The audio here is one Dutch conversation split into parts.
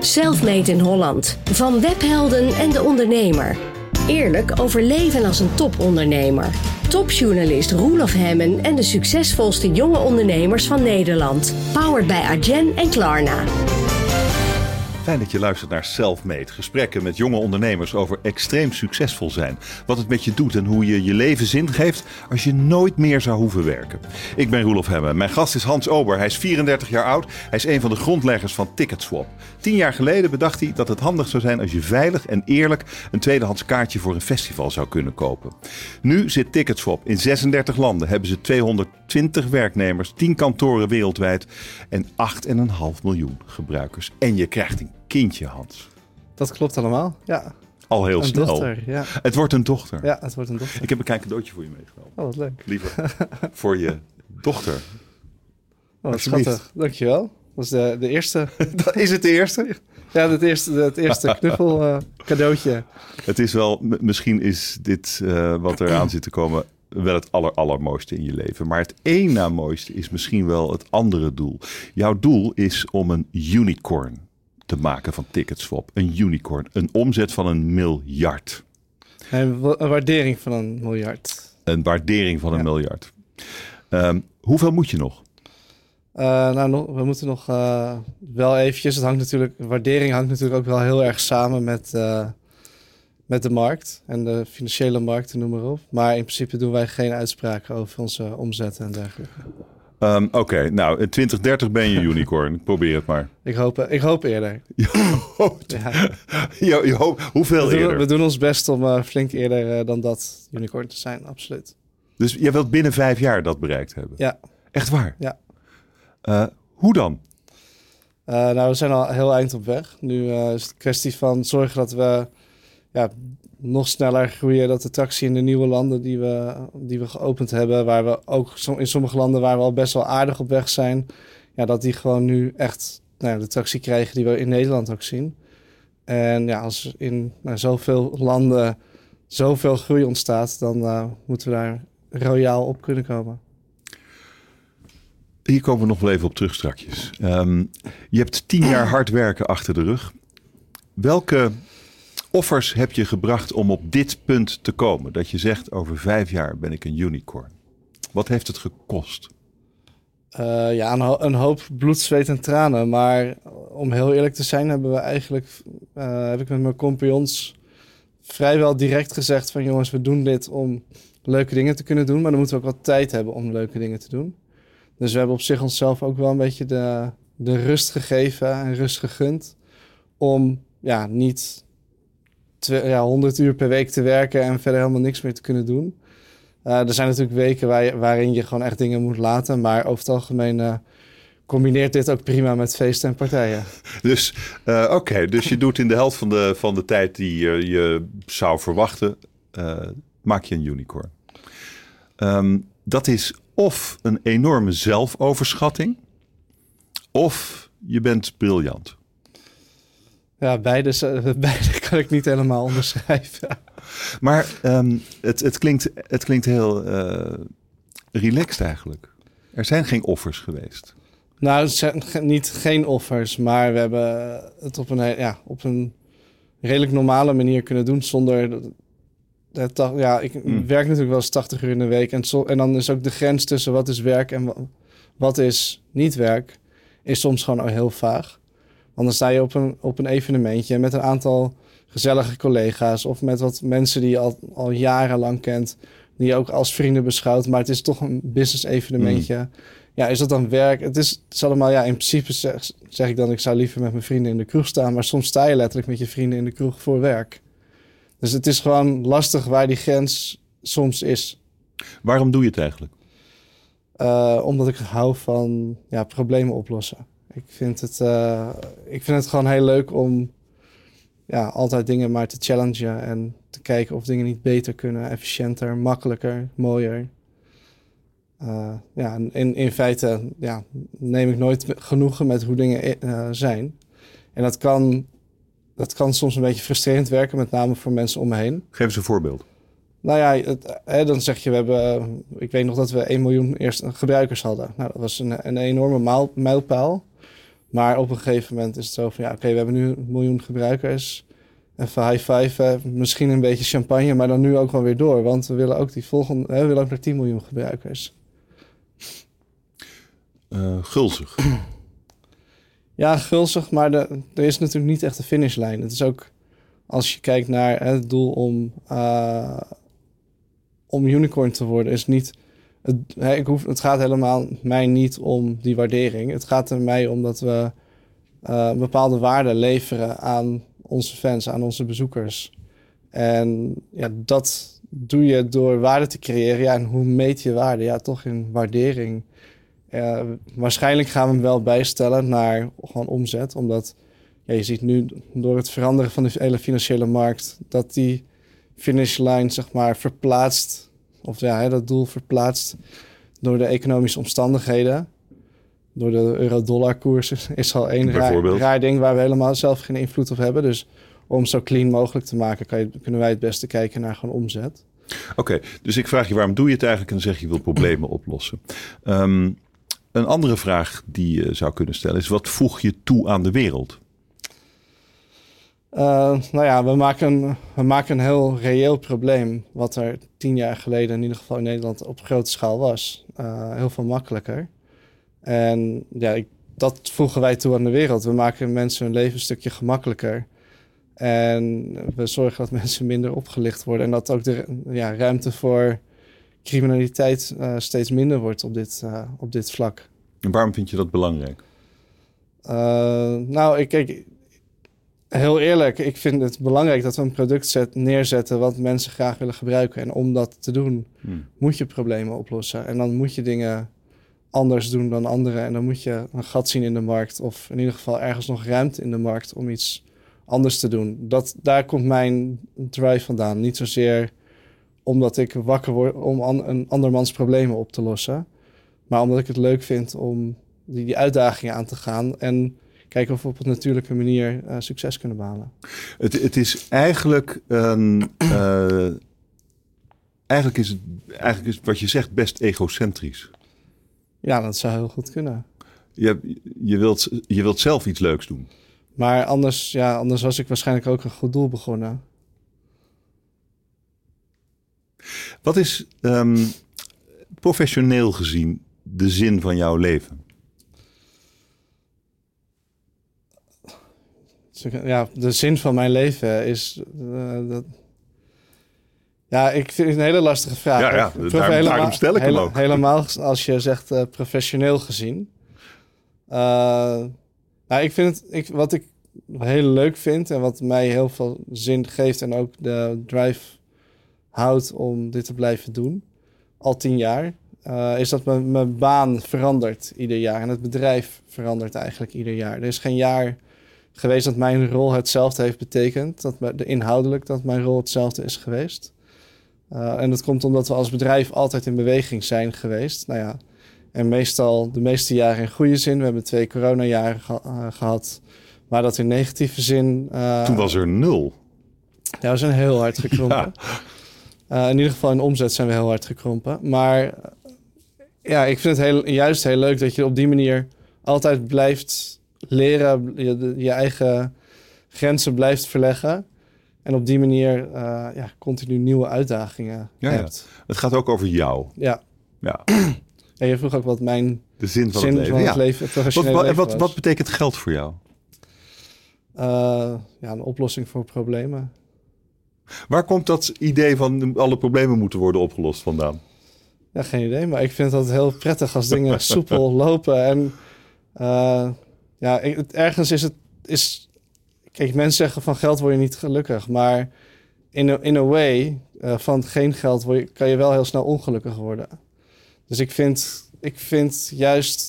Selfmade in Holland. Van webhelden en de ondernemer. Eerlijk over leven als een topondernemer. Topjournalist Roelof Hemmen en de succesvolste jonge ondernemers van Nederland. Powered bij Adyen en Klarna. Fijn dat je luistert naar Selfmade. Gesprekken met jonge ondernemers over extreem succesvol zijn. Wat het met je doet en hoe je je leven zin geeft als je nooit meer zou hoeven werken. Ik ben Roelof Hemmen. Mijn gast is Hans Ober. Hij is 34 jaar oud. Hij is een van de grondleggers van Ticketswap. 10 jaar geleden bedacht hij dat het handig zou zijn als je veilig en eerlijk een tweedehands kaartje voor een festival zou kunnen kopen. Nu zit Ticketswap in 36 landen. Hebben ze 220 werknemers, 10 kantoren wereldwijd en 8,5 miljoen gebruikers. En je krijgt een kindje, Hans. Dat klopt allemaal, ja. Al heel snel. Dochter, ja. Het wordt een dochter. Ja, het wordt een dochter. Ik heb een klein cadeautje voor je meegenomen. Oh, wat leuk. Liever voor je dochter. Oh, wat schattig. Dankjewel. Dat is de eerste. Is het de eerste? Ja, het eerste knuffel cadeautje. Het is wel, misschien is dit wat er aan zit te komen wel het allermooiste in je leven. Maar het één na mooiste is misschien wel het andere doel. Jouw doel is om een unicorn te maken van Ticketswap. Een unicorn. Een omzet van 1 miljard. Een waardering van 1 miljard. Een waardering van 1 miljard. Hoeveel moet je nog? We moeten nog wel eventjes. Waardering hangt natuurlijk ook wel heel erg samen met de markt en de financiële markten, noem maar op. Maar in principe doen wij geen uitspraken over onze omzetten en dergelijke. Oké, nou in 2030 ben je unicorn. Probeer het maar. Ik hoop eerder. Je hoopt, hoeveel eerder? We doen ons best om flink eerder dan dat unicorn te zijn, absoluut. Dus je wilt binnen 5 jaar dat bereikt hebben? Ja. Echt waar? Ja. Hoe dan? We zijn al heel eind op weg. Nu is het kwestie van zorgen dat we nog sneller groeien. Dat de taxi in de nieuwe landen die we geopend hebben, waar we ook in sommige landen waar we al best wel aardig op weg zijn, dat die gewoon nu echt de taxi krijgen die we in Nederland ook zien. En als in zoveel landen zoveel groei ontstaat, dan moeten we daar royaal op kunnen komen. Hier komen we nog wel even op terug strakjes. Je hebt 10 jaar hard werken achter de rug. Welke offers heb je gebracht om op dit punt te komen? Dat je zegt, over 5 jaar ben ik een unicorn. Wat heeft het gekost? Een hoop bloed, zweet en tranen. Maar om heel eerlijk te zijn, heb ik met mijn compagnons vrijwel direct gezegd van jongens, we doen dit om leuke dingen te kunnen doen. Maar dan moeten we ook wat tijd hebben om leuke dingen te doen. Dus we hebben op zich onszelf ook wel een beetje de rust gegeven en rust gegund. Om niet 100 uur per week te werken en verder helemaal niks meer te kunnen doen. Er zijn natuurlijk weken waarin je gewoon echt dingen moet laten. Maar over het algemeen combineert dit ook prima met feesten en partijen. Dus dus je doet in de helft van de tijd die je zou verwachten, maak je een unicorn. Dat is of een enorme zelfoverschatting, of je bent briljant. Ja, beide kan ik niet helemaal onderschrijven. Maar het klinkt heel relaxed eigenlijk. Er zijn geen offers geweest. Nou, het zijn geen offers, maar we hebben het op een redelijk normale manier kunnen doen zonder. Ik werk natuurlijk wel eens 80 uur in de week. En dan is ook de grens tussen wat is werk en wat is niet werk, is soms gewoon heel vaag. Want dan sta je op een evenementje met een aantal gezellige collega's of met wat mensen die je al jarenlang kent, die je ook als vrienden beschouwt. Maar het is toch een business evenementje. Ja, is dat dan werk? Het is allemaal, in principe zeg ik dan, ik zou liever met mijn vrienden in de kroeg staan. Maar soms sta je letterlijk met je vrienden in de kroeg voor werk. Dus het is gewoon lastig waar die grens soms is. Waarom doe je het eigenlijk? Omdat ik hou van problemen oplossen. Ik vind het gewoon heel leuk om altijd dingen maar te challengen en te kijken of dingen niet beter kunnen, efficiënter, makkelijker, mooier. In feite neem ik nooit genoegen met hoe dingen zijn. En dat kan soms een beetje frustrerend werken, met name voor mensen om me heen. Geef eens een voorbeeld. Dan zeg je, ik weet nog dat we 1 miljoen eerst gebruikers hadden. Nou, dat was een enorme mijlpaal. Maar op een gegeven moment is het zo van... oké, we hebben nu 1 miljoen gebruikers. Even high five, misschien een beetje champagne... maar dan nu ook wel weer door. Want we willen ook we willen ook naar 10 miljoen gebruikers. Gulzig. Ja, gulzig, maar er is natuurlijk niet echt een finishlijn. Het is ook, als je kijkt naar het doel om unicorn te worden... is niet... Het gaat helemaal mij niet om die waardering. Het gaat er mij om dat we bepaalde waarden leveren aan onze fans, aan onze bezoekers. En ja, dat doe je door waarde te creëren. Ja, en hoe meet je waarde? Ja, toch in waardering. Waarschijnlijk gaan we hem wel bijstellen naar gewoon omzet. Omdat je ziet nu door het veranderen van de hele financiële markt... dat die finishlijn zeg maar verplaatst... of ja, dat doel verplaatst door de economische omstandigheden. Door de euro-dollar-koers is al één raar ding... waar we helemaal zelf geen invloed op hebben. Dus om zo clean mogelijk te maken... kunnen wij het beste kijken naar gewoon omzet. Oké, dus ik vraag je waarom doe je het eigenlijk... en dan zeg je wil problemen oplossen. Een andere vraag die je zou kunnen stellen is... wat voeg je toe aan de wereld? We maken een heel reëel probleem... wat er 10 jaar geleden in ieder geval in Nederland op grote schaal was. Heel veel makkelijker. En ja, dat voegen wij toe aan de wereld. We maken mensen hun leven een stukje gemakkelijker. En we zorgen dat mensen minder opgelicht worden... en dat ook de ruimte voor criminaliteit steeds minder wordt op dit vlak. En waarom vind je dat belangrijk? Heel eerlijk, ik vind het belangrijk dat we een product neerzetten... wat mensen graag willen gebruiken. En om dat te doen, moet je problemen oplossen. En dan moet je dingen anders doen dan anderen. En dan moet je een gat zien in de markt... of in ieder geval ergens nog ruimte in de markt om iets anders te doen. Daar komt mijn drive vandaan. Niet zozeer omdat ik wakker word om een andermans problemen op te lossen... maar omdat ik het leuk vind om die uitdagingen aan te gaan... en kijken of we op een natuurlijke manier succes kunnen behalen. Het is eigenlijk... Eigenlijk is wat je zegt best egocentrisch. Ja, dat zou heel goed kunnen. Je wilt zelf iets leuks doen. Maar anders was ik waarschijnlijk ook een goed doel begonnen. Wat is professioneel gezien de zin van jouw leven? Ja, de zin van mijn leven is... Ja, ik vind het een hele lastige vraag. Daarom stel ik hem ook. Helemaal als je zegt professioneel gezien. Wat ik heel leuk vind en wat mij heel veel zin geeft... en ook de drive houdt om dit te blijven doen, al 10 jaar... is dat mijn baan verandert ieder jaar. En het bedrijf verandert eigenlijk ieder jaar. Er is geen jaar geweest dat mijn rol hetzelfde heeft betekend. Inhoudelijk dat mijn rol hetzelfde is geweest. En dat komt omdat we als bedrijf altijd in beweging zijn geweest. Nou ja, en meestal de meeste jaren in goede zin. We hebben 2 coronajaren gehad. Maar dat in negatieve zin... Toen was er 0. Ja, we zijn heel hard gekrompen. Ja. In ieder geval in omzet zijn we heel hard gekrompen. Maar ja, ik vind het juist heel leuk dat je op die manier altijd blijft leren. Je eigen grenzen blijft verleggen. En op die manier continu nieuwe uitdagingen hebt. Ja. Het gaat ook over jou. Ja. En je vroeg ook wat mijn de zin van het leven. Wat betekent geld voor jou? Een oplossing voor problemen. Waar komt dat idee van alle problemen moeten worden opgelost vandaan? Ja, geen idee. Maar ik vind het heel prettig als dingen soepel lopen. En ergens is... Kijk, mensen zeggen van geld word je niet gelukkig. Maar in a way, van geen geld kan je wel heel snel ongelukkig worden. Dus ik vind juist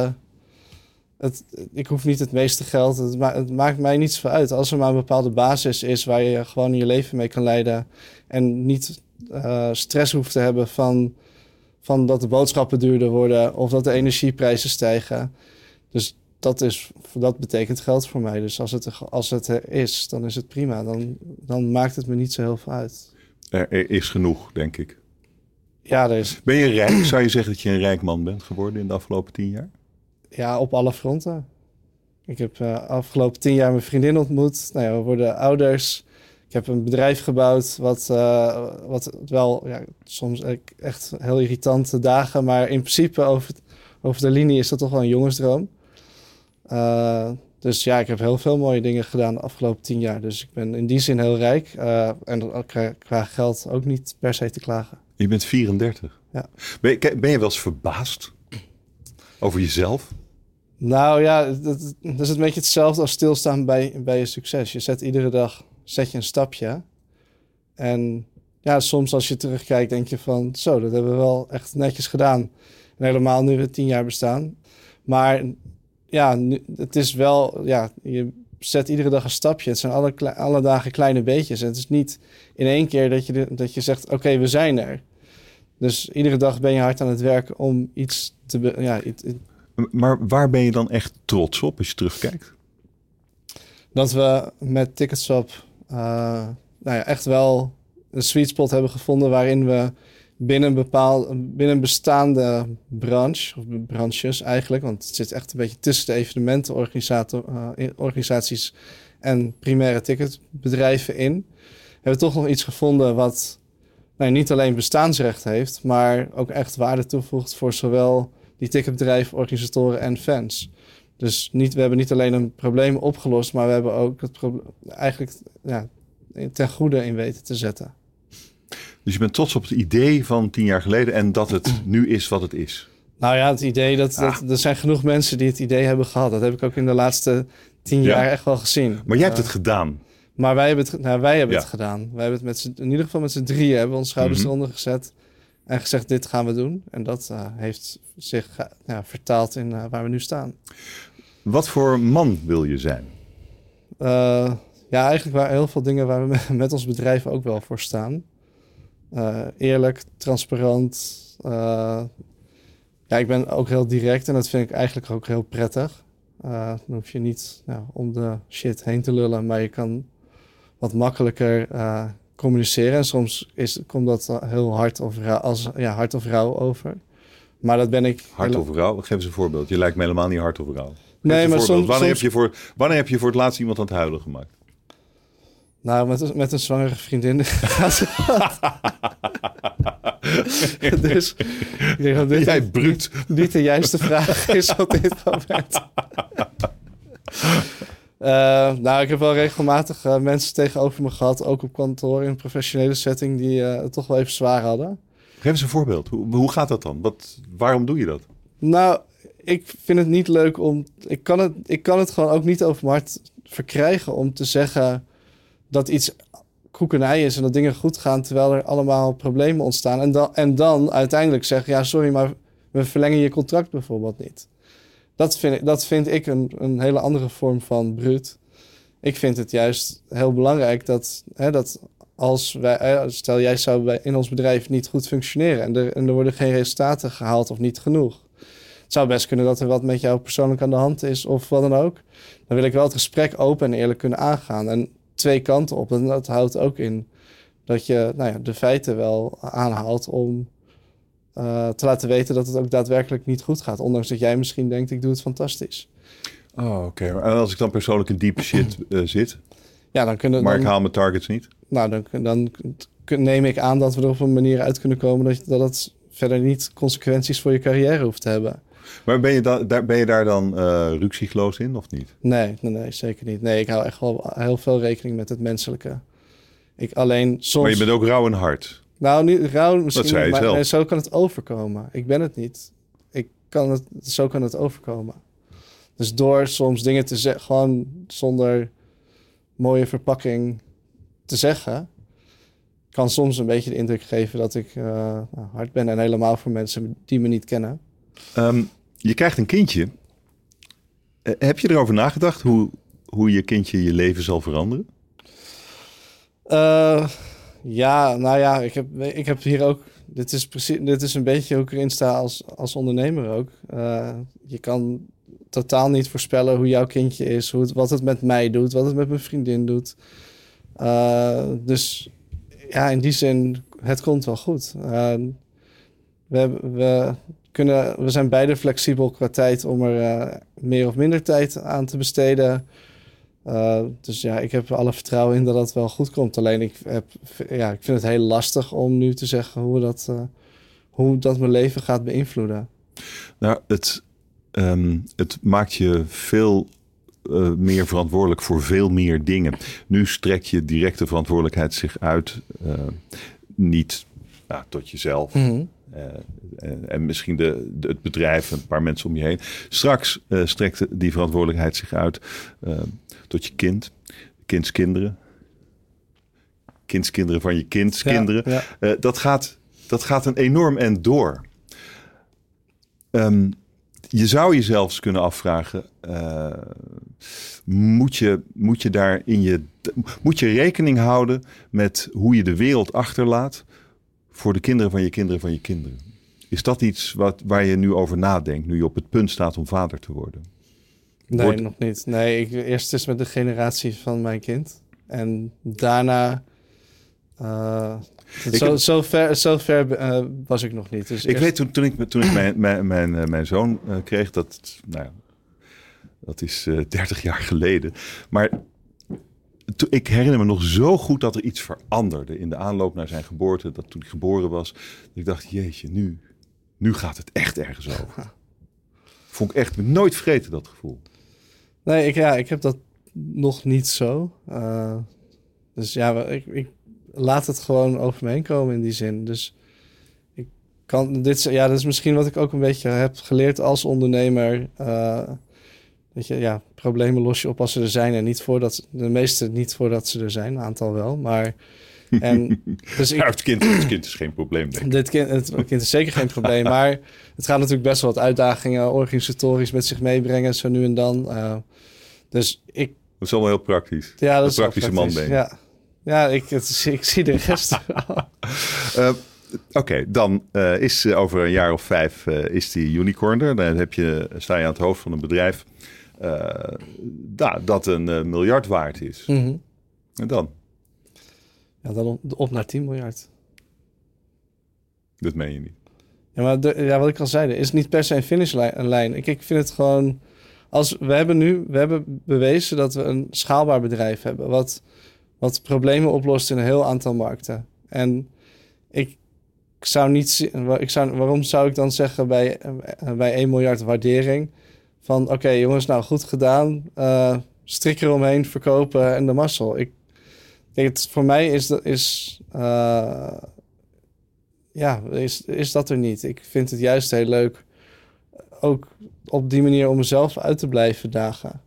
ik hoef niet het meeste geld. Het maakt mij niet zoveel uit. Als er maar een bepaalde basis is waar je gewoon je leven mee kan leiden. En niet stress hoeft te hebben van dat de boodschappen duurder worden. Of dat de energieprijzen stijgen. Dus dat betekent geld voor mij. Dus als het er is, dan is het prima. Dan maakt het me niet zo heel veel uit. Er is genoeg, denk ik. Ja, er is. Ben je rijk? Zou je zeggen dat je een rijk man bent geworden in de afgelopen 10 jaar? Ja, op alle fronten. Ik heb afgelopen 10 jaar mijn vriendin ontmoet. Nou ja, we worden ouders. Ik heb een bedrijf gebouwd wat wel soms echt heel irritante dagen, maar in principe over de linie is dat toch wel een jongensdroom. Dus ja, ik heb heel veel mooie dingen gedaan de afgelopen 10 jaar. Dus ik ben in die zin heel rijk. En qua geld ook niet per se te klagen. Je bent 34. Ja. Ben je wel eens verbaasd over jezelf? Nou ja, dat is een beetje hetzelfde als stilstaan bij je succes. Je zet iedere dag een stapje. En ja, soms als je terugkijkt denk je van, zo, dat hebben we wel echt netjes gedaan. En helemaal nu we 10 jaar bestaan. Maar ja, het is wel, ja, je zet iedere dag een stapje. Het zijn alle dagen kleine beetjes. En het is niet in één keer dat je zegt, oké, we zijn er. Dus iedere dag ben je hard aan het werken om iets te... Maar waar ben je dan echt trots op als je terugkijkt? Dat we met Ticketswap echt wel een sweet spot hebben gevonden waarin we binnen een bestaande branche, of branches eigenlijk, want het zit echt een beetje tussen de evenementenorganisaties en primaire ticketbedrijven in, hebben we toch nog iets gevonden wat niet alleen bestaansrecht heeft, maar ook echt waarde toevoegt voor zowel die ticketbedrijven, organisatoren en fans. Dus we hebben niet alleen een probleem opgelost, maar we hebben ook het probleem eigenlijk ten goede in weten te zetten. Dus je bent trots op het idee van 10 jaar geleden en dat het nu is wat het is. Nou ja, het idee er zijn genoeg mensen die het idee hebben gehad. Dat heb ik ook in de laatste 10 jaar echt wel gezien. Maar jij hebt het gedaan. Maar wij hebben het gedaan. Wij hebben het in ieder geval met z'n drieën hebben we ons schouders eronder gezet en gezegd, dit gaan we doen. En dat heeft zich vertaald in waar we nu staan. Wat voor man wil je zijn? Eigenlijk waren heel veel dingen waar we met ons bedrijf ook wel voor staan. Eerlijk, transparant. Ik ben ook heel direct en dat vind ik eigenlijk ook heel prettig. Dan hoef je niet om de shit heen te lullen, maar je kan wat makkelijker communiceren. En soms komt dat heel hard of rauw over. Maar dat ben ik... Hard of rauw? Geef eens een voorbeeld. Je lijkt me helemaal niet hard of rauw. Nee, maar soms... Wanneer heb je voor het laatst iemand aan het huilen gemaakt? Nou, met een zwangere vriendin. Dus ik denk dat dit jij bruut. Niet de juiste vraag is op dit moment. Ik heb wel regelmatig mensen tegenover me gehad, ook op kantoor in een professionele setting, die het toch wel even zwaar hadden. Geef eens een voorbeeld. Hoe gaat dat dan? Waarom doe je dat? Nou, ik vind het niet leuk om... Ik kan het gewoon ook niet over mijn hart verkrijgen om te zeggen dat iets koekenij is en dat dingen goed gaan, terwijl er allemaal problemen ontstaan. En dan uiteindelijk zeggen, ja, sorry, maar we verlengen je contract bijvoorbeeld niet. Dat vind ik een hele andere vorm van bruut. Ik vind het juist heel belangrijk dat als wij... Stel, jij zou in ons bedrijf niet goed functioneren en er worden geen resultaten gehaald of niet genoeg. Het zou best kunnen dat er wat met jou persoonlijk aan de hand is of wat dan ook. Dan wil ik wel het gesprek open en eerlijk kunnen aangaan. En 2 kanten op. En dat houdt ook in dat je de feiten wel aanhaalt om te laten weten dat het ook daadwerkelijk niet goed gaat. Ondanks dat jij misschien denkt, ik doe het fantastisch. Oh, oké. En als ik dan persoonlijk in diepe shit zit, ja, ik haal mijn targets niet? Nou, dan neem ik aan dat we er op een manier uit kunnen komen dat het verder niet consequenties voor je carrière hoeft te hebben. Maar ben je daar dan ruksigloos in of niet? Nee, zeker niet. Nee, ik hou echt wel heel veel rekening met het menselijke. Maar je bent ook rauw en hard. Nou, niet rauw misschien, dat zei je zelf. Maar zo kan het overkomen. Ik ben het niet. Zo kan het overkomen. Dus door soms dingen te zeggen, gewoon zonder mooie verpakking te zeggen, kan soms een beetje de indruk geven dat ik hard ben. En helemaal voor mensen die me niet kennen. Je krijgt een kindje. Heb je erover nagedacht hoe je kindje je leven zal veranderen? Ik heb hier ook... Dit is een beetje hoe ik erin sta als ondernemer ook. Je kan totaal niet voorspellen hoe jouw kindje is, wat het met mij doet, wat het met mijn vriendin doet. Dus ja, in die zin, het komt wel goed. We we zijn beide flexibel qua tijd om er meer of minder tijd aan te besteden. Dus ja, ik heb alle vertrouwen in dat dat wel goed komt. Alleen ik vind het heel lastig om nu te zeggen hoe dat mijn leven gaat beïnvloeden. Nou, het maakt je veel meer verantwoordelijk voor veel meer dingen. Nu strekt je directe verantwoordelijkheid zich uit niet tot jezelf. Mm-hmm. En misschien het bedrijf, een paar mensen om je heen. Straks strekt die verantwoordelijkheid zich uit tot je kind, kindskinderen. Kindskinderen van je kindskinderen. Ja, ja. Dat gaat een enorm end door. Je zou je zelfs kunnen afvragen, moet je rekening houden met hoe je de wereld achterlaat voor de kinderen van je kinderen van je kinderen? Is dat iets waar je nu over nadenkt, nu je op het punt staat om vader te worden? Nee, nog niet. Nee, eerst is met de generatie van mijn kind. En daarna... Zo ver was ik nog niet. Dus ik weet toen ik mijn zoon kreeg, dat is 30 jaar geleden. Maar ik herinner me nog zo goed dat er iets veranderde in de aanloop naar zijn geboorte. Dat toen hij geboren was, dat ik dacht, jeetje, nu gaat het echt ergens over. Vond ik echt nooit vergeten, dat gevoel. Nee, ik heb dat nog niet zo. Dus ja, ik laat het gewoon over me heen komen in die zin. Dus ik kan dat is misschien wat ik ook een beetje heb geleerd als ondernemer. Problemen los je op als ze er zijn en de meeste niet voordat ze er zijn, een aantal wel, maar dus het kind is geen probleem, denk ik. Het kind is zeker geen probleem, maar het gaat natuurlijk best wel wat uitdagingen organisatorisch met zich meebrengen, zo nu en dan. Dus dat is allemaal heel praktisch. Ja, dat is praktische man, denk ik. Ja, ik zie de rest. Oké, dan is over een jaar of 5 is die unicorn er. Dan sta je aan het hoofd van een bedrijf dat een miljard waard is. Mm-hmm. En dan? Ja, dan op naar 10 miljard. Dat meen je niet. Ja, maar wat ik al zei, er is niet per se een finishlijn. Ik vind het gewoon... We hebben bewezen dat we een schaalbaar bedrijf hebben... wat problemen oplost in een heel aantal markten. En waarom zou ik dan zeggen bij 1 miljard waardering... van oké, jongens, nou goed gedaan, strik eromheen, verkopen en de mazzel. Voor mij is dat er niet. Ik vind het juist heel leuk, ook op die manier om mezelf uit te blijven dagen.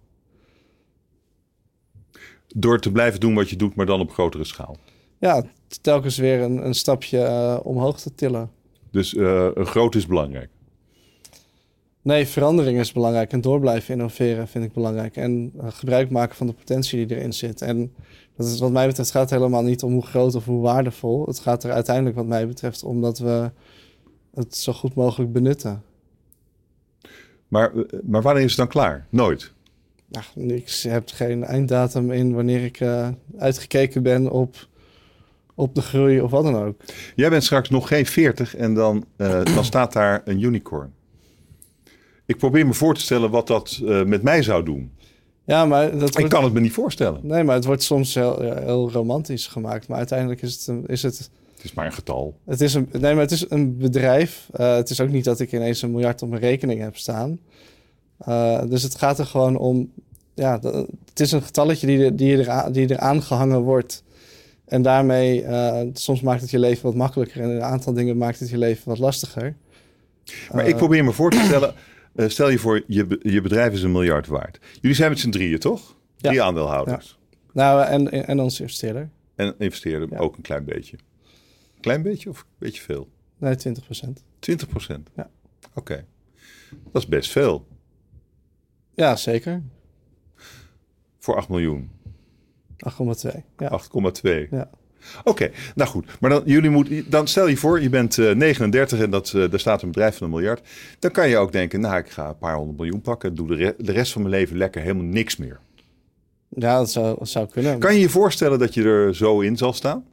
Door te blijven doen wat je doet, maar dan op grotere schaal. Ja, telkens weer een stapje omhoog te tillen. Dus groot is belangrijk? Nee, verandering is belangrijk. En door blijven innoveren vind ik belangrijk. En gebruik maken van de potentie die erin zit. En dat is wat mij betreft gaat helemaal niet om hoe groot of hoe waardevol. Het gaat er uiteindelijk wat mij betreft om dat we het zo goed mogelijk benutten. Maar wanneer is het dan klaar? Nooit? Ik heb geen einddatum in wanneer ik uitgekeken ben op de groei of wat dan ook. Jij bent straks nog geen 40 en dan staat daar een unicorn. Ik probeer me voor te stellen wat dat met mij zou doen. Ja, maar ik kan het me niet voorstellen. Nee, maar het wordt soms heel romantisch gemaakt. Maar uiteindelijk is het... Het is maar een getal. Het is een bedrijf. Het is ook niet dat ik ineens 1 miljard op mijn rekening heb staan. Dus het gaat er gewoon om... Ja, het is een getalletje die eraan gehangen wordt. En daarmee, soms maakt het je leven wat makkelijker. En een aantal dingen maakt het je leven wat lastiger. Maar ik probeer me voor te stellen... stel je voor, je bedrijf is 1 miljard waard. Jullie zijn met z'n drieën, toch? 3 aandeelhouders. Ja. Nou, en onze investeerder. En investeerder ook een klein beetje. Klein beetje of een beetje veel? Nee, 20%. 20%? Ja. Oké. Dat is best veel. Ja, zeker. Voor 8 miljoen? 8,2. Ja. 8,2. Ja. Oké, nou goed. Maar dan stel je voor, je bent 39 en daar staat een bedrijf van 1 miljard. Dan kan je ook denken, ik ga een paar 100 miljoen pakken. En doe de rest van mijn leven lekker helemaal niks meer. Ja, dat zou kunnen. Kan je je voorstellen dat je er zo in zal staan?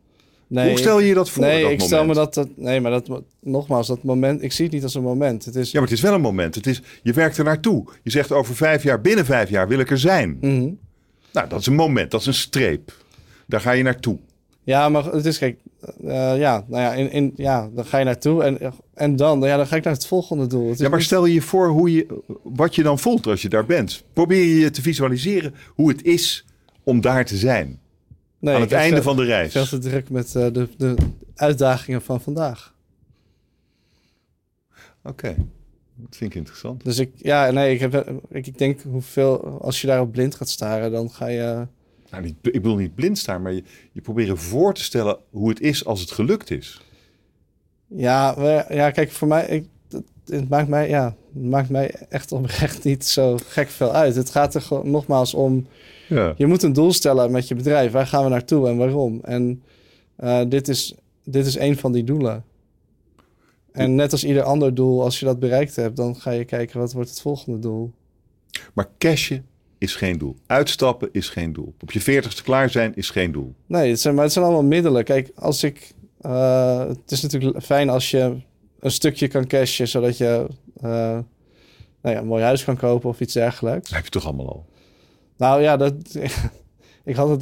Nee, Hoe stel je je dat voor? Nee, dat ik stel me dat... Nee, maar nogmaals, dat moment... Ik zie het niet als een moment. Het is... Ja, maar het is wel een moment. Je werkt er naartoe. Je zegt over 5 jaar, binnen 5 jaar wil ik er zijn. Mm-hmm. Nou, dat is een moment. Dat is een streep. Daar ga je naartoe. Ja, maar het is, kijk... dan ga je naartoe en dan ga ik naar het volgende doel. Het is maar stel je voor wat je dan voelt als je daar bent. Probeer je te visualiseren hoe het is om daar te zijn. Nee, aan het einde van de reis. Veel te druk met de uitdagingen van vandaag. Oké, dat vind ik interessant. Dus ik denk hoeveel... Als je daarop blind gaat staren, dan ga je... Nou, ik bedoel niet blind staan, maar je proberen voor te stellen hoe het is als het gelukt is. Ja, kijk, voor mij... Het maakt mij echt oprecht niet zo gek veel uit. Het gaat er gewoon nogmaals om... Ja. Je moet een doel stellen met je bedrijf. Waar gaan we naartoe en waarom? En dit is een van die doelen. En net als ieder ander doel, als je dat bereikt hebt... dan ga je kijken, wat wordt het volgende doel? Maar cashen is geen doel. Uitstappen is geen doel. Op je 40ste klaar zijn is geen doel. Nee, het zijn allemaal middelen. Kijk, het is natuurlijk fijn als je een stukje kan cashen... zodat je een mooi huis kan kopen of iets dergelijks. Dat heb je toch allemaal al? Nou ja, ik had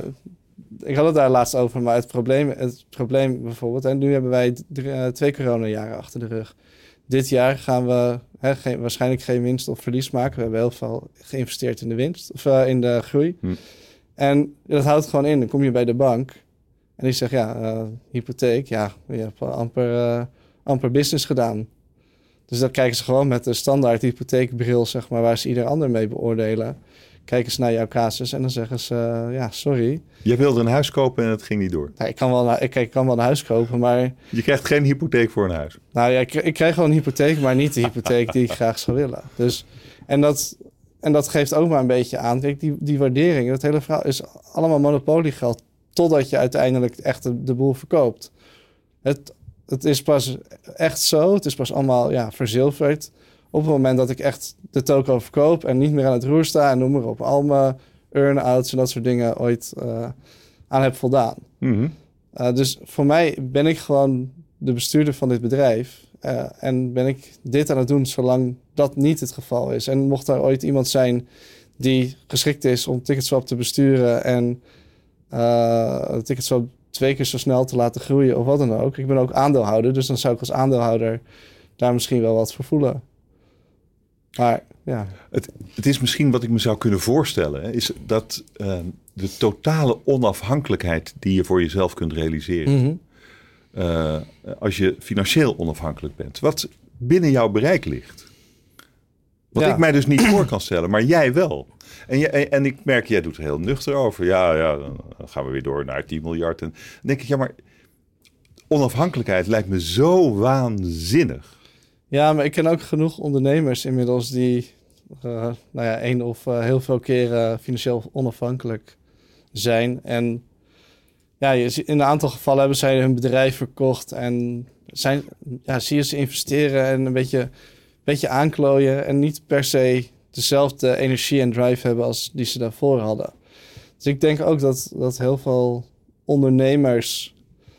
het daar laatst over, maar het probleem bijvoorbeeld... En nu hebben wij 2 coronajaren achter de rug. Dit jaar gaan we waarschijnlijk geen winst of verlies maken. We hebben heel veel geïnvesteerd in de winst, of in de groei. En dat houdt gewoon in. Dan kom je bij de bank en die zegt, hypotheek, je hebt amper business gedaan. Dus dan kijken ze gewoon met de standaard hypotheekbril, zeg maar, waar ze ieder ander mee beoordelen... Kijken ze naar jouw casus en dan zeggen ze... sorry. Je wilde een huis kopen en het ging niet door. Ja, ik kan wel een huis kopen, maar... Je krijgt geen hypotheek voor een huis. Nou ja, ik krijg wel een hypotheek, maar niet de hypotheek die ik graag zou willen. Dus, en dat geeft ook maar een beetje aan. Kijk, die waardering, dat hele verhaal is allemaal monopoliegeld... totdat je uiteindelijk echt de boel verkoopt. Het is pas echt zo, het is pas allemaal verzilverd... op het moment dat ik echt de toko verkoop... en niet meer aan het roer sta en noem maar op... al mijn earn-outs en dat soort dingen ooit aan heb voldaan. Mm-hmm. Dus voor mij ben ik gewoon de bestuurder van dit bedrijf... en ben ik dit aan het doen zolang dat niet het geval is. En mocht er ooit iemand zijn die geschikt is om Ticketswap te besturen... en Ticketswap 2 keer zo snel te laten groeien of wat dan ook... ik ben ook aandeelhouder, dus dan zou ik als aandeelhouder... daar misschien wel wat voor voelen. Maar ja. Het is misschien wat ik me zou kunnen voorstellen... is dat de totale onafhankelijkheid die je voor jezelf kunt realiseren... Mm-hmm. Als je financieel onafhankelijk bent... wat binnen jouw bereik ligt. Wat ik mij dus niet voor kan stellen, maar jij wel. En ik merk, jij doet er heel nuchter over. Ja, dan gaan we weer door naar 10 miljard. En dan denk ik, maar onafhankelijkheid lijkt me zo waanzinnig. Ja, maar ik ken ook genoeg ondernemers inmiddels die 1 of heel veel keren financieel onafhankelijk zijn. En ja, in een aantal gevallen hebben zij hun bedrijf verkocht en zie je ze investeren en een beetje aanklooien en niet per se dezelfde energie en drive hebben als die ze daarvoor hadden. Dus ik denk ook dat heel veel ondernemers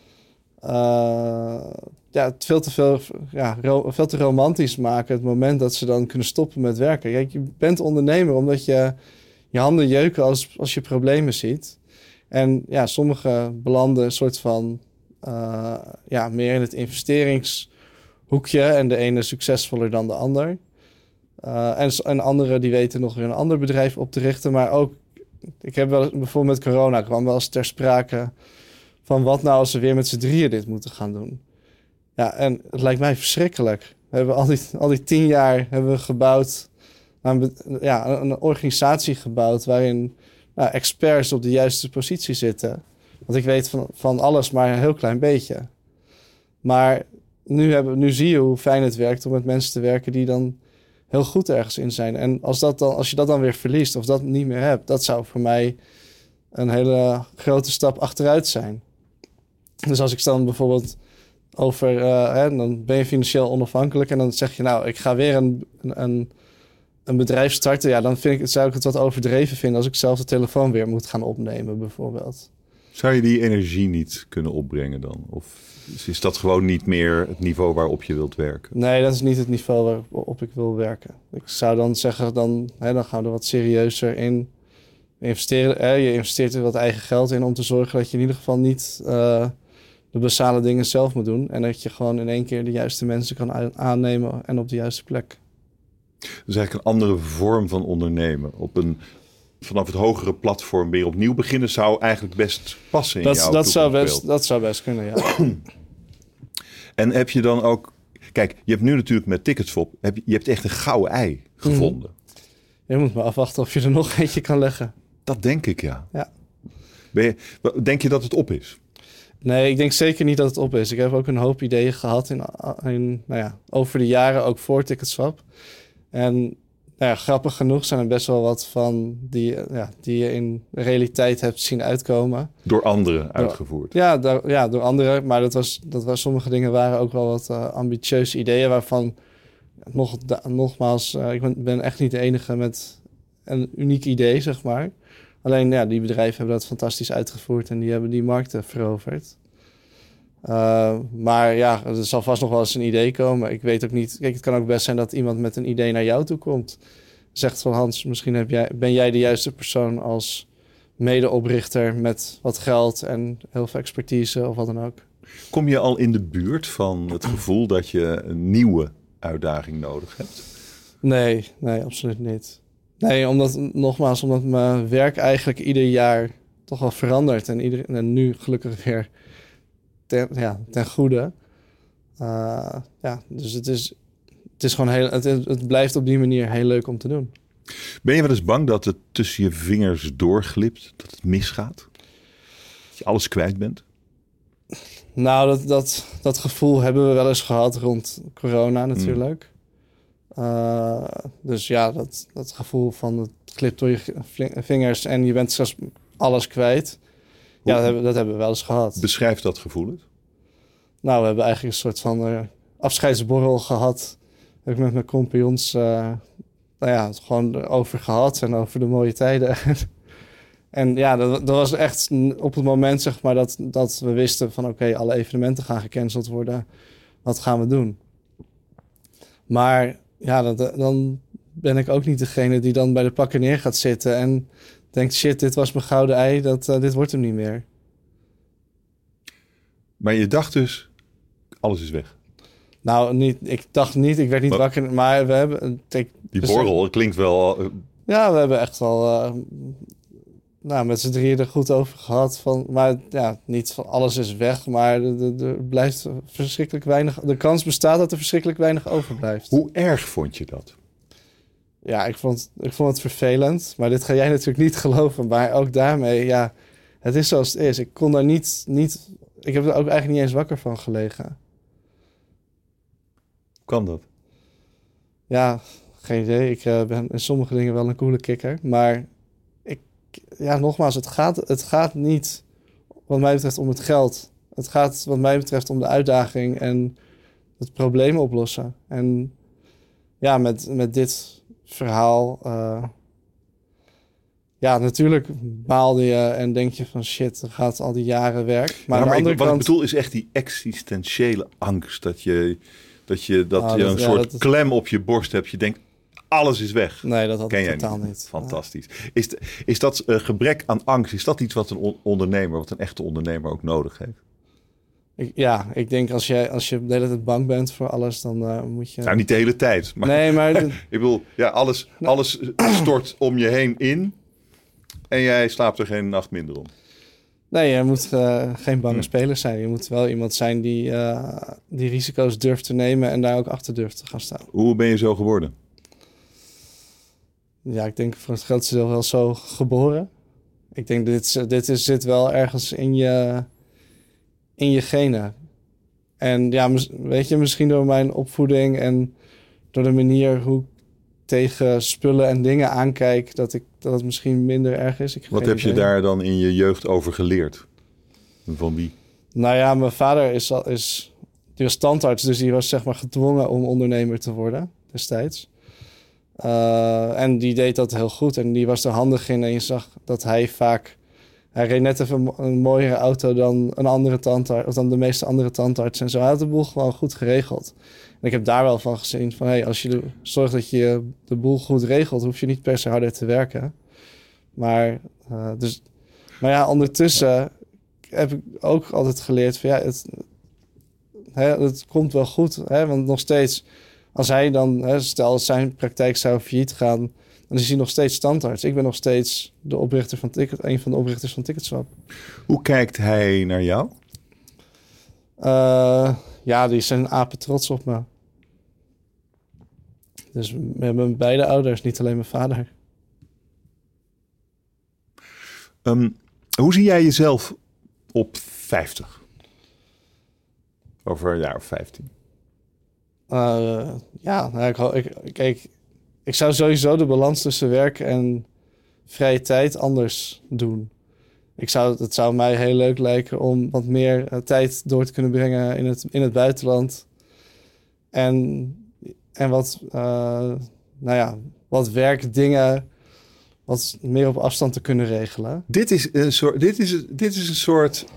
het veel te romantisch maken... het moment dat ze dan kunnen stoppen met werken. Kijk, je bent ondernemer omdat je handen jeuken als je problemen ziet. En sommigen belanden een soort van... meer in het investeringshoekje... en de ene succesvoller dan de ander. En anderen die weten nog weer een ander bedrijf op te richten. Maar ook, ik heb wel bijvoorbeeld met corona... kwam wel eens ter sprake van wat nou als we weer met z'n drieën dit moeten gaan doen. Ja, en het lijkt mij verschrikkelijk. We hebben al die 10 jaar hebben we gebouwd... een organisatie gebouwd... waarin experts op de juiste positie zitten. Want ik weet van alles maar een heel klein beetje. Maar nu zie je hoe fijn het werkt om met mensen te werken... die dan heel goed ergens in zijn. En als je dat dan weer verliest of dat niet meer hebt... dat zou voor mij een hele grote stap achteruit zijn. Dus als ik dan bijvoorbeeld over... dan ben je financieel onafhankelijk... en dan zeg je, ik ga weer een bedrijf starten... ja, dan zou ik het wat overdreven vinden... als ik zelf de telefoon weer moet gaan opnemen, bijvoorbeeld. Zou je die energie niet kunnen opbrengen dan? Of is dat gewoon niet meer het niveau waarop je wilt werken? Nee, dat is niet het niveau waarop ik wil werken. Ik zou dan zeggen, dan gaan we er wat serieuzer in investeren. Je investeert er wat eigen geld in om te zorgen dat je in ieder geval niet de basale dingen zelf moet doen. En dat je gewoon in één keer de juiste mensen kan aannemen en op de juiste plek. Dus eigenlijk een andere vorm van ondernemen. Vanaf het hogere platform weer opnieuw beginnen zou eigenlijk best passen in jouw toekomstbeeld. Dat zou best kunnen, ja. En heb je dan ook... Kijk, je hebt nu natuurlijk met Ticketswap... Je hebt echt een gouden ei gevonden. Je moet maar afwachten of je er nog eentje kan leggen. Dat denk ik, ja. Ja. Denk je dat het op is? Nee, ik denk zeker niet dat het op is. Ik heb ook een hoop ideeën gehad over de jaren, ook voor Ticketswap. En grappig genoeg zijn er best wel wat van die je in de realiteit hebt zien uitkomen. Door anderen uitgevoerd? Door anderen. Maar sommige dingen waren ook wel wat ambitieuze ideeën waarvan, nogmaals, ik ben echt niet de enige met een uniek idee, zeg maar. Alleen die bedrijven hebben dat fantastisch uitgevoerd en die hebben die markten veroverd. Maar er zal vast nog wel eens een idee komen. Ik weet ook niet. Kijk, het kan ook best zijn dat iemand met een idee naar jou toe komt. Zegt van Hans, misschien ben jij de juiste persoon als medeoprichter met wat geld en heel veel expertise of wat dan ook. Kom je al in de buurt van het gevoel dat je een nieuwe uitdaging nodig hebt? Nee, absoluut niet. Nee, omdat mijn werk eigenlijk ieder jaar toch wel verandert. En nu gelukkig weer ten goede. Dus het is gewoon het blijft op die manier heel leuk om te doen. Ben je wel eens bang dat het tussen je vingers doorglipt? Dat het misgaat? Dat je alles kwijt bent? Nou, dat gevoel hebben we wel eens gehad rond corona natuurlijk. Dus dat gevoel van het glipt door je vingers en je bent straks alles kwijt. Dat hebben we wel eens gehad. Beschrijf dat gevoel eens. Nou, we hebben eigenlijk een soort van afscheidsborrel gehad. Heb ik met mijn compagnons gewoon over gehad en over de mooie tijden. En dat was echt op het moment, zeg maar, dat we wisten van oké, alle evenementen gaan gecanceld worden. Wat gaan we doen? Maar dan ben ik ook niet degene die dan bij de pakken neer gaat zitten en denkt, shit, dit was mijn gouden ei, dit wordt hem niet meer. Maar je dacht dus, alles is weg. Nou, ik dacht niet, ik werd niet wakker, maar we hebben... Die borrel klinkt wel... Ja, we hebben echt wel met z'n drieën er goed over gehad. Maar niet van alles is weg, maar er blijft verschrikkelijk weinig... De kans bestaat dat er verschrikkelijk weinig overblijft. Hoe erg vond je dat? Ja, ik vond het vervelend, maar dit ga jij natuurlijk niet geloven. Maar ook daarmee, het is zoals het is. Ik kon daar niet... Ik heb er ook eigenlijk niet eens wakker van gelegen. Kan dat? Ja, geen idee. Ik ben in sommige dingen wel een coole kikker. Maar nogmaals, het gaat niet wat mij betreft om het geld. Het gaat wat mij betreft om de uitdaging en het probleem oplossen. En met dit verhaal... natuurlijk baalde je en denk je van shit, er gaat al die jaren werk. Maar wat ik bedoel is echt die existentiële angst. Dat je een soort klem op je borst hebt. Je denkt, alles is weg. Nee, dat had ik totaal niet. Fantastisch. Is dat gebrek aan angst, is dat iets wat een echte ondernemer ook nodig heeft? Ik denk als je de hele tijd bang bent voor alles, dan moet je... Nou, niet de hele tijd. Maar, nee, maar... ik bedoel, alles stort om je heen in. En jij slaapt er geen nacht minder om. Nee, je moet geen bange speler zijn. Je moet wel iemand zijn die risico's durft te nemen en daar ook achter durft te gaan staan. Hoe ben je zo geworden? Ja, ik denk voor het grootste deel wel zo geboren. Ik denk zit wel ergens in je genen. En weet je, misschien door mijn opvoeding en door de manier hoe ik tegen spullen en dingen aankijk, dat het misschien minder erg is. Wat heb je daar dan in je jeugd over geleerd? Van wie? Nou ja, mijn vader die was tandarts, dus die was zeg maar gedwongen om ondernemer te worden destijds. En die deed dat heel goed en die was er handig in en je zag dat hij vaak Hij reed net even een mooiere auto dan een andere tandarts, of dan de meeste andere tandartsen. En zo had de boel gewoon goed geregeld. En ik heb daar wel van gezien van, als je zorgt dat je de boel goed regelt, hoef je niet per se harder te werken. Maar ja, ondertussen heb ik ook altijd geleerd van, het komt wel goed. Want nog steeds, als hij dan, stel dat zijn praktijk zou failliet gaan, dan is hij nog steeds tandarts. Ik ben nog steeds een van de oprichters van Ticketswap. Hoe kijkt hij naar jou? Die zijn apen trots op me. Dus we hebben beide ouders, niet alleen mijn vader. Hoe zie jij jezelf op 50? Over een jaar of 15? Ik zou sowieso de balans tussen werk en vrije tijd anders doen. Het zou mij heel leuk lijken om wat meer tijd door te kunnen brengen in het buitenland. En wat werkdingen wat meer op afstand te kunnen regelen. Dit is een soort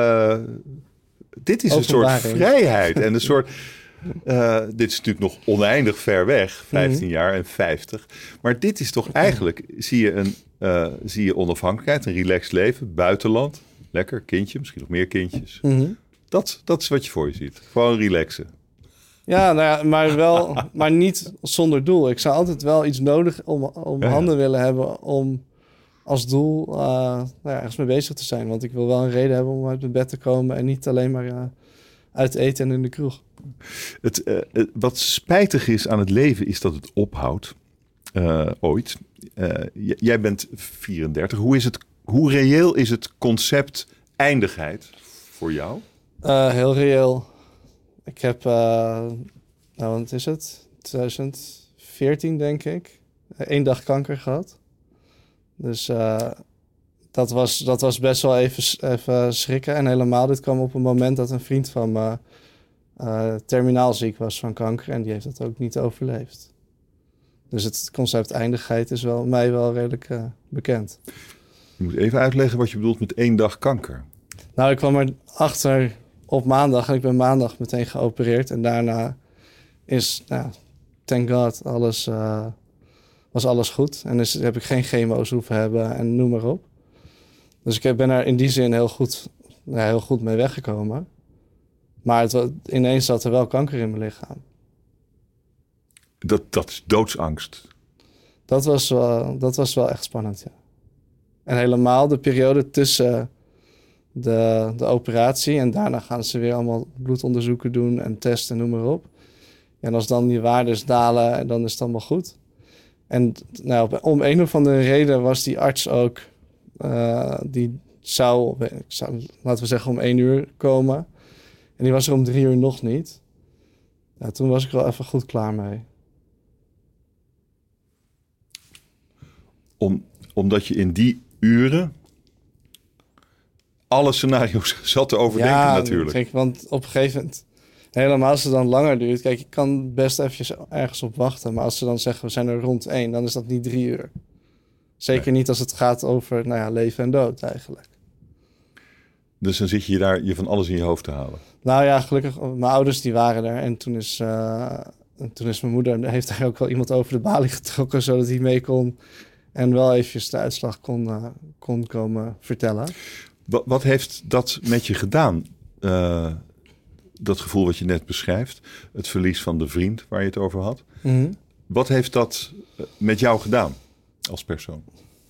vrijheid en een soort. Dit is natuurlijk nog oneindig ver weg, 15 jaar en 50. Maar dit is toch eigenlijk, zie je onafhankelijkheid, een relaxed leven, buitenland, lekker, kindje, misschien nog meer kindjes. Mm-hmm. Dat is wat je voor je ziet. Gewoon relaxen. Ja, maar niet zonder doel. Ik zou altijd wel iets nodig om handen willen hebben om als doel ergens mee bezig te zijn. Want ik wil wel een reden hebben om uit mijn bed te komen en niet alleen maar uit eten en in de kroeg. Wat spijtig is aan het leven is dat het ophoudt. Ooit. Jij bent 34. Hoe reëel is het concept eindigheid voor jou? Heel reëel. Ik heb, wat is het? 2014 denk ik. 1 dag kanker gehad. Dus dat was best wel even schrikken. En helemaal, dit kwam op een moment dat een vriend van me terminaal ziek was van kanker. En die heeft dat ook niet overleefd. Dus het concept eindigheid is mij wel redelijk bekend. Je moet even uitleggen wat je bedoelt met 1 dag kanker. Nou, ik kwam erachter op maandag en ik ben maandag meteen geopereerd. En daarna is, thank God, was alles goed. En dus heb ik geen chemo's hoeven hebben en noem maar op. Dus ik ben er in die zin heel goed mee weggekomen. Maar ineens zat er wel kanker in mijn lichaam. Dat is doodsangst. Dat was wel echt spannend, ja. En helemaal de periode tussen de operatie en daarna gaan ze weer allemaal bloedonderzoeken doen en testen en noem maar op. En als dan die waardes dalen, dan is het allemaal goed. En om een of andere reden was die arts ook, die zou, laten we zeggen, om 1 uur komen. En die was er om 3 uur nog niet. Ja, toen was ik er wel even goed klaar mee. Omdat je in die uren alle scenario's zat te overdenken natuurlijk. Kijk, want op een gegeven moment, helemaal als het dan langer duurt. Kijk, je kan best eventjes ergens op wachten. Maar als ze dan zeggen, we zijn er rond 1, dan is dat niet 3 uur. Zeker niet als het gaat over leven en dood eigenlijk. Dus dan zit je daar je van alles in je hoofd te halen. Nou ja, gelukkig, mijn ouders die waren er. En toen is mijn moeder, heeft er ook wel iemand over de balie getrokken, zodat hij mee kon. En wel eventjes de uitslag kon komen vertellen. Wat heeft dat met je gedaan? Dat gevoel wat je net beschrijft. Het verlies van de vriend waar je het over had. Mm-hmm. Wat heeft dat met jou gedaan als persoon?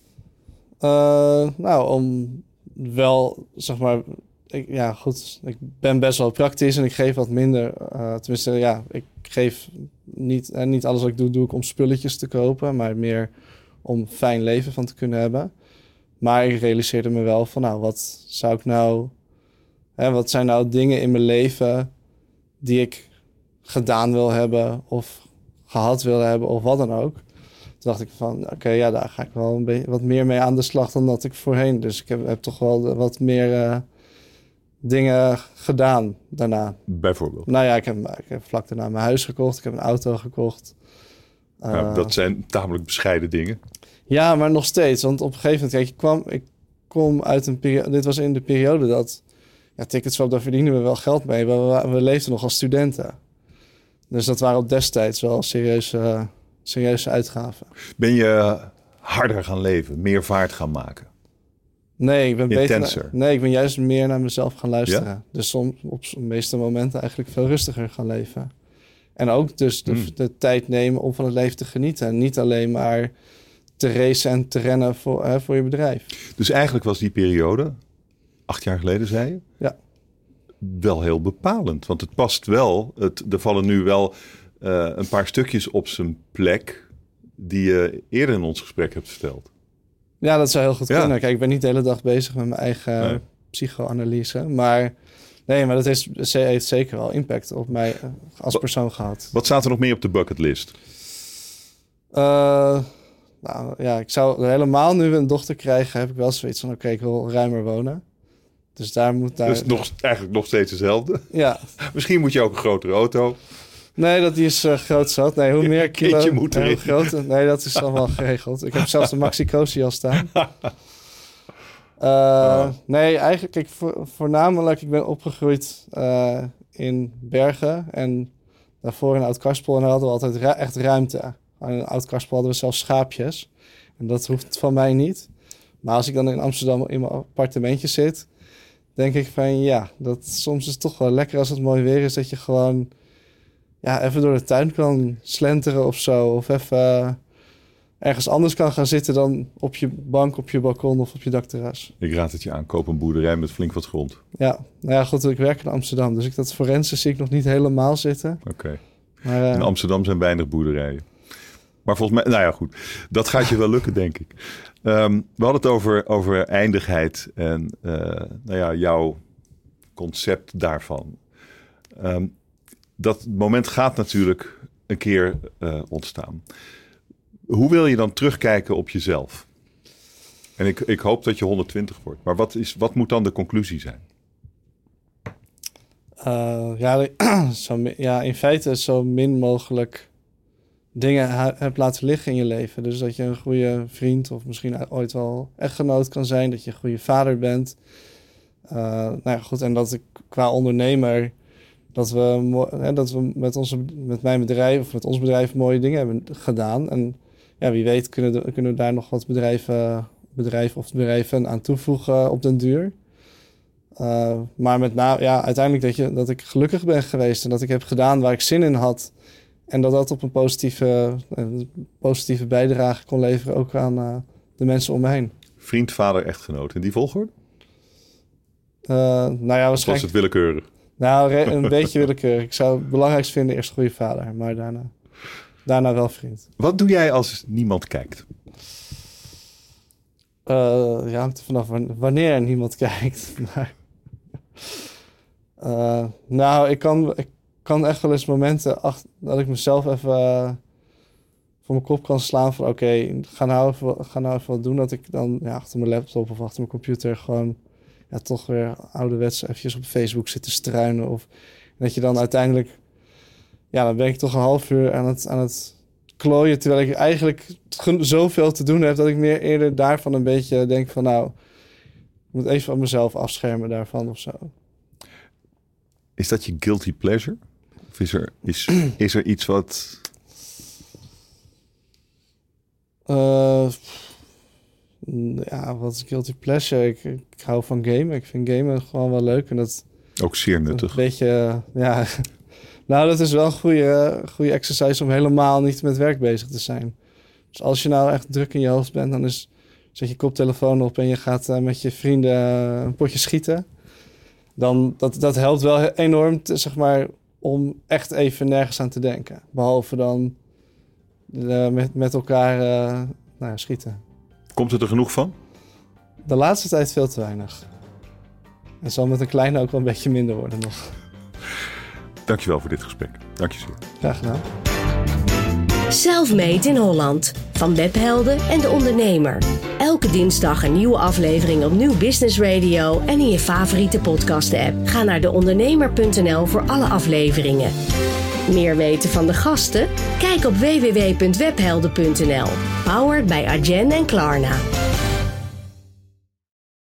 Om wel, zeg maar... Ik ben best wel praktisch en ik geef wat minder. Ik geef niet alles wat ik doe ik om spulletjes te kopen, maar meer om fijn leven van te kunnen hebben. Maar ik realiseerde me wel van, wat zou ik nou... wat zijn nou dingen in mijn leven die ik gedaan wil hebben of gehad wil hebben of wat dan ook. Toen dacht ik van, daar ga ik wel een beetje wat meer mee aan de slag dan dat ik voorheen. Dus ik heb toch wel wat meer dingen gedaan daarna. Bijvoorbeeld? Nou ja, ik heb vlak daarna mijn huis gekocht. Ik heb een auto gekocht. Dat zijn tamelijk bescheiden dingen. Ja, maar nog steeds. Want op een gegeven moment, ik kom uit een periode... Dit was in de periode dat... Ja, Ticketswap, daar verdienen we wel geld mee. We leefden nog als studenten. Dus dat waren op destijds wel serieuze uitgaven. Ben je harder gaan leven? Meer vaart gaan maken? Nee, ik ben intenser? Ik ben juist meer naar mezelf gaan luisteren. Ja? Dus soms op de meeste momenten eigenlijk veel rustiger gaan leven. En ook dus de tijd nemen om van het leven te genieten. En niet alleen maar te racen en te rennen voor je bedrijf. Dus eigenlijk was die periode, 8 jaar geleden zei je? Ja. Wel heel bepalend. Want het past wel. Er vallen nu wel een paar stukjes op zijn plek die je eerder in ons gesprek hebt verteld. Ja, dat zou heel goed kunnen. Kijk, ik ben niet de hele dag bezig met mijn eigen psychoanalyse. Maar dat heeft zeker wel impact op mij als persoon gehad. Wat staat er nog meer op de bucketlist? Ik zou helemaal nu een dochter krijgen, heb ik wel zoiets van, ik wil ruimer wonen. Dus daar moet daar... Dus eigenlijk nog steeds hetzelfde? Ja. Misschien moet je ook een grotere auto. Nee, die is groot zat. Nee, hoe meer kilo, moet erin. Hoe groter. Nee, dat is allemaal geregeld. Ik heb zelfs de Maxi Cosi al staan. Nee, eigenlijk, kijk, voornamelijk, ik ben opgegroeid in Bergen en daarvoor in Oud-Karspel. En daar hadden we altijd echt ruimte. In Oud-Karspel hadden we zelfs schaapjes. En dat hoeft van mij niet. Maar als ik dan in Amsterdam in mijn appartementje zit, denk ik van dat soms is het toch wel lekker als het mooi weer is, dat je gewoon even door de tuin kan slenteren of zo. Of even ergens anders kan gaan zitten dan op je bank, op je balkon of op je dakterras. Ik raad het je aan, koop een boerderij met flink wat grond. Ja, goed, ik werk in Amsterdam, dus dat forensen zie ik nog niet helemaal zitten. Oké. In Amsterdam zijn weinig boerderijen. Maar volgens mij, goed, dat gaat je wel lukken, denk ik. We hadden het over eindigheid en jouw concept daarvan. Dat moment gaat natuurlijk een keer ontstaan. Hoe wil je dan terugkijken op jezelf? En ik hoop dat je 120 wordt. Maar wat moet dan de conclusie zijn? In feite zo min mogelijk dingen hebt laten liggen in je leven. Dus dat je een goede vriend of misschien ooit wel echtgenoot kan zijn. Dat je een goede vader bent. En dat ik qua ondernemer, dat we met mijn bedrijf of met ons bedrijf mooie dingen hebben gedaan. En wie weet kunnen we daar nog wat bedrijven aan toevoegen op den duur. Maar met name, uiteindelijk dat ik gelukkig ben geweest en dat ik heb gedaan waar ik zin in had. En dat op een positieve bijdrage kon leveren ook aan de mensen om me heen. Vriend, vader, echtgenoot. In die volgorde? Waarschijnlijk... Was het willekeurig? Een beetje willekeurig. Ik zou het belangrijkst vinden eerst goede vader, maar daarna wel vriend. Wat doe jij als niemand kijkt? Vanaf wanneer niemand kijkt. Maar, ik kan echt wel eens momenten dat ik mezelf even voor mijn kop kan slaan van ga nou even wat doen. Dat ik dan achter mijn laptop of achter mijn computer gewoon toch weer ouderwets eventjes op Facebook zit te struinen. Of dat je dan uiteindelijk, dan ben ik toch een half uur aan het klooien, terwijl ik eigenlijk zoveel te doen heb dat ik meer eerder daarvan een beetje denk van ik moet even van mezelf afschermen daarvan of zo. Is dat je guilty pleasure? Of is er iets wat... Wat is guilty pleasure? Ik hou van gamen. Ik vind gamen gewoon wel leuk. En dat ook zeer nuttig. Een beetje, dat is wel een goede exercise om helemaal niet met werk bezig te zijn. Dus als je nou echt druk in je hoofd bent, dan zet je koptelefoon op en je gaat met je vrienden een potje schieten. Dan dat helpt wel enorm, om echt even nergens aan te denken. Behalve dan met elkaar schieten. Komt het er genoeg van? De laatste tijd veel te weinig. En zal met een kleine ook wel een beetje minder worden nog. Dankjewel voor dit gesprek. Dank je zeer. Graag gedaan. Selfmade in Holland. Van webhelden en de ondernemer. Elke dinsdag een nieuwe aflevering op Nieuw Business Radio en in je favoriete podcast-app. Ga naar deondernemer.nl voor alle afleveringen. Meer weten van de gasten? Kijk op www.webhelden.nl. Powered bij Adyen en Klarna.